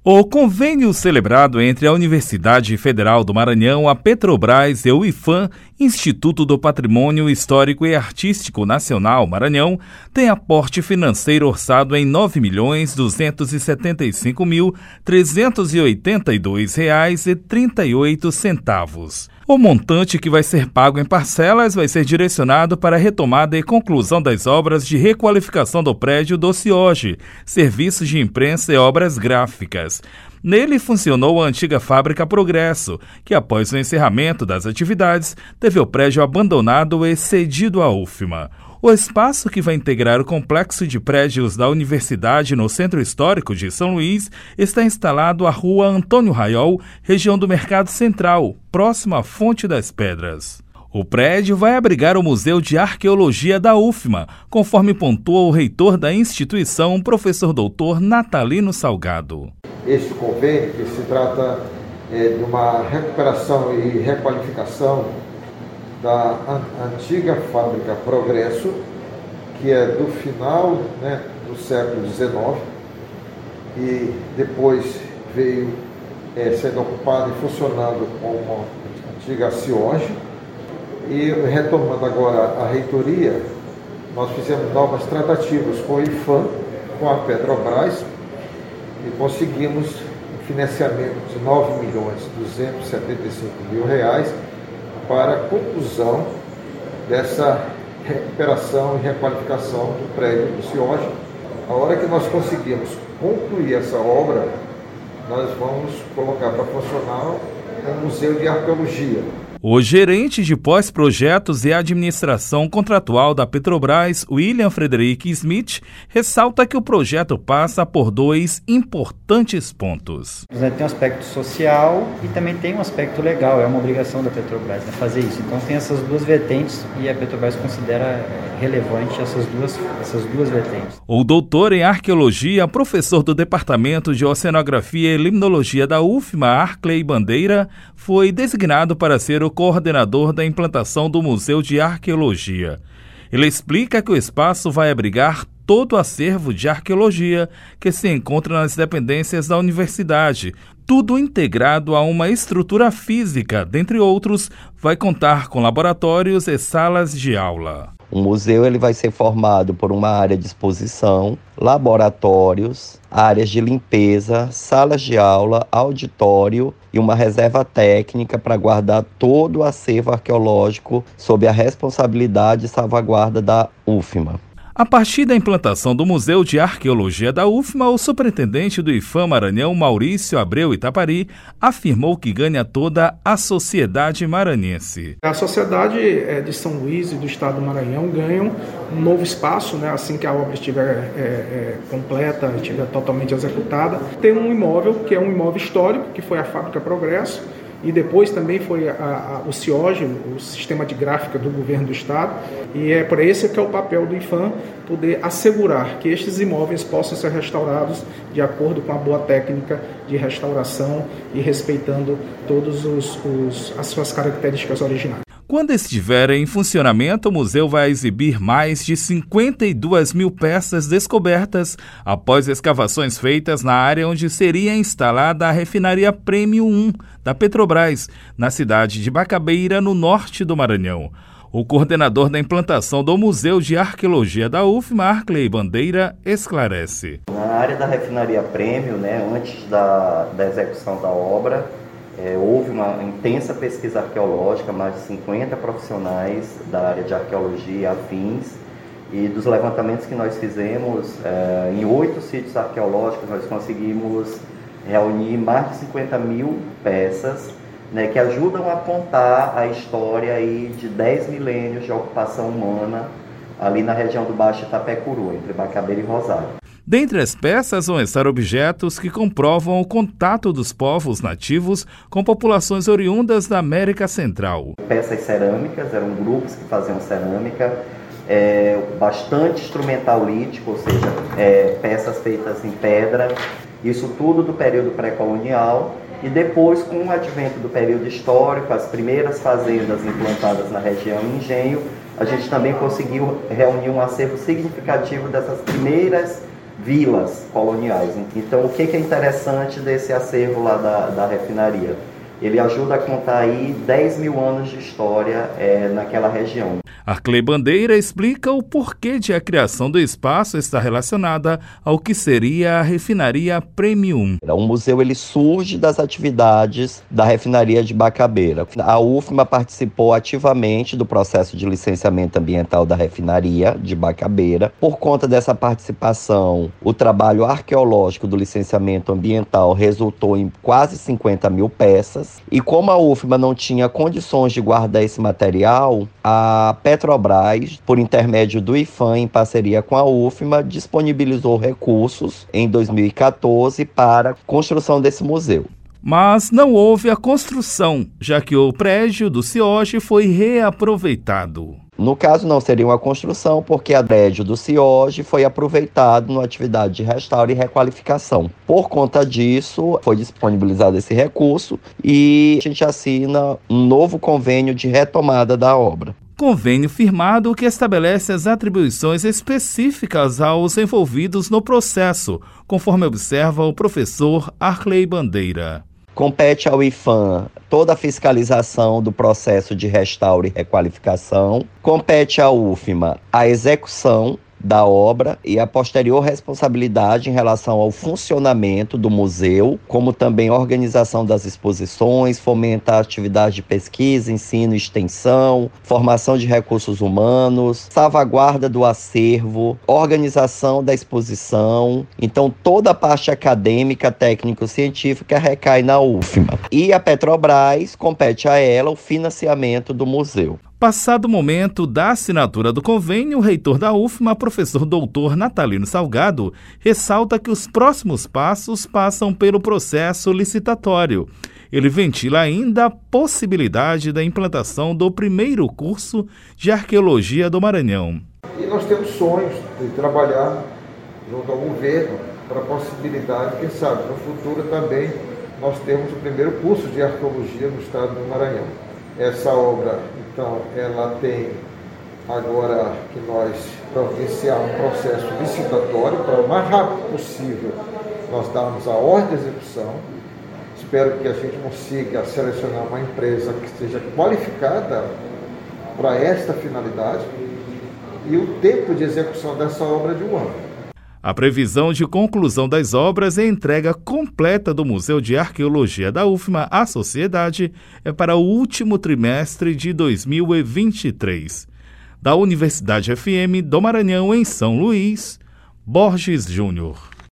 O convênio celebrado entre a Universidade Federal do Maranhão, a Petrobras e o IPHAN, Instituto do Patrimônio Histórico e Artístico Nacional Maranhão, tem aporte financeiro orçado em R$ 9.275.382,38. O montante que vai ser pago em parcelas vai ser direcionado para a retomada e conclusão das obras de requalificação do prédio do CIOGE, Serviços de Imprensa e Obras Gráficas. Nele funcionou a antiga fábrica Progresso, que após o encerramento das atividades, teve o prédio abandonado e cedido à UFMA. O espaço, que vai integrar o complexo de prédios da Universidade no Centro Histórico de São Luís, está instalado à Rua Antônio Raiol, região do Mercado Central, próximo à Fonte das Pedras. O prédio vai abrigar o Museu de Arqueologia da UFMA, conforme pontua o reitor da instituição, professor doutor Natalino Salgado. Este convênio, que se trata de uma recuperação e requalificação da antiga fábrica Progresso, que é do final do século XIX e depois veio sendo ocupada e funcionando como antiga CIOGE. E retomando agora a reitoria, nós fizemos novas tratativas com o IPHAN, com a Petrobras, e conseguimos um financiamento de R$ 9.275.000 para a conclusão dessa recuperação e requalificação do prédio do CIOGE. A hora que nós conseguimos concluir essa obra, nós vamos colocar para funcionar um museu de arqueologia. O gerente de pós-projetos e administração contratual da Petrobras, William Frederick Smith, ressalta que o projeto passa por dois importantes pontos. Tem um aspecto social e também tem um aspecto legal, é uma obrigação da Petrobras fazer isso. Então tem essas duas vertentes e a Petrobras considera relevante essas duas vertentes. O doutor em arqueologia, professor do Departamento de Oceanografia e Limnologia da UFMA, Arclay Bandeira, foi designado para ser o coordenador da implantação do Museu de Arqueologia. Ele explica que o espaço vai abrigar todo o acervo de arqueologia que se encontra nas dependências da universidade, tudo integrado a uma estrutura física, dentre outros, vai contar com laboratórios e salas de aula. O museu ele vai ser formado por uma área de exposição, laboratórios, áreas de limpeza, salas de aula, auditório e uma reserva técnica para guardar todo o acervo arqueológico sob a responsabilidade e salvaguarda da UFMA. A partir da implantação do Museu de Arqueologia da UFMA, o superintendente do IPHAN Maranhão, Maurício Abreu Itapari, afirmou que ganha toda a sociedade maranhense. A sociedade de São Luís e do estado do Maranhão ganham um novo espaço, assim que a obra estiver completa, estiver totalmente executada. Tem um imóvel, que é um imóvel histórico, que foi a Fábrica Progresso, e depois também foi o CIOGE, o Sistema de Gráfica do Governo do Estado, e é por esse que é o papel do IPHAN, poder assegurar que estes imóveis possam ser restaurados de acordo com a boa técnica de restauração e respeitando todas as suas características originais. Quando estiver em funcionamento, o museu vai exibir mais de 52 mil peças descobertas após escavações feitas na área onde seria instalada a refinaria Premium 1 da Petrobras, na cidade de Bacabeira, no norte do Maranhão. O coordenador da implantação do Museu de Arqueologia da UFMA, Arclay Bandeira, esclarece. Na área da refinaria Premium, antes da execução da obra, houve uma intensa pesquisa arqueológica, mais de 50 profissionais da área de arqueologia e afins, e dos levantamentos que nós fizemos em 8 sítios arqueológicos, nós conseguimos reunir mais de 50 mil peças, que ajudam a contar a história aí de 10 milênios de ocupação humana ali na região do Baixo Itapecuru, entre Bacabeira e Rosário. Dentre as peças vão estar objetos que comprovam o contato dos povos nativos com populações oriundas da América Central. Peças cerâmicas, eram grupos que faziam cerâmica, bastante instrumental lítico, ou seja, peças feitas em pedra, isso tudo do período pré-colonial. E depois, com o advento do período histórico, as primeiras fazendas implantadas na região Engenho, a gente também conseguiu reunir um acervo significativo dessas primeiras vilas coloniais. Então, o que é interessante desse acervo lá da refinaria? Ele ajuda a contar aí 10 mil anos de história naquela região. Arclay Bandeira explica o porquê de a criação do espaço estar relacionada ao que seria a refinaria Premium. O museu ele surge das atividades da refinaria de Bacabeira. A UFMA participou ativamente do processo de licenciamento ambiental da refinaria de Bacabeira. Por conta dessa participação, o trabalho arqueológico do licenciamento ambiental resultou em quase 50 mil peças. E como a UFMA não tinha condições de guardar esse material, a Petrobras, por intermédio do IPHAN, em parceria com a UFMA, disponibilizou recursos em 2014 para a construção desse museu. Mas não houve a construção, já que o prédio do CIOG foi reaproveitado. No caso, não seria uma construção, porque o prédio do CIOG foi aproveitado na atividade de restauro e requalificação. Por conta disso, foi disponibilizado esse recurso e a gente assina um novo convênio de retomada da obra. Convênio firmado que estabelece as atribuições específicas aos envolvidos no processo, conforme observa o professor Arclay Bandeira. Compete ao IPHAN toda a fiscalização do processo de restauro e requalificação. Compete à UFMA a execução da obra e a posterior responsabilidade em relação ao funcionamento do museu, como também a organização das exposições, fomenta a atividade de pesquisa, ensino e extensão, formação de recursos humanos, salvaguarda do acervo, organização da exposição. Então, toda a parte acadêmica, técnico-científica recai na UFMA. E a Petrobras compete a ela o financiamento do museu. Passado o momento da assinatura do convênio, o reitor da UFMA, professor doutor Natalino Salgado, ressalta que os próximos passos passam pelo processo licitatório. Ele ventila ainda a possibilidade da implantação do primeiro curso de Arqueologia do Maranhão. E nós temos sonhos de trabalhar junto ao governo para a possibilidade, quem sabe, no futuro também nós temos o primeiro curso de Arqueologia no estado do Maranhão. Essa obra, então, ela tem agora que nós providenciar um processo licitatório para o mais rápido possível nós darmos a ordem de execução. Espero que a gente consiga selecionar uma empresa que esteja qualificada para esta finalidade e o tempo de execução dessa obra é de 1 ano. A previsão de conclusão das obras e entrega completa do Museu de Arqueologia da UFMA à sociedade é para o último trimestre de 2023. Da Universidade FM do Maranhão, em São Luís, Borges Júnior.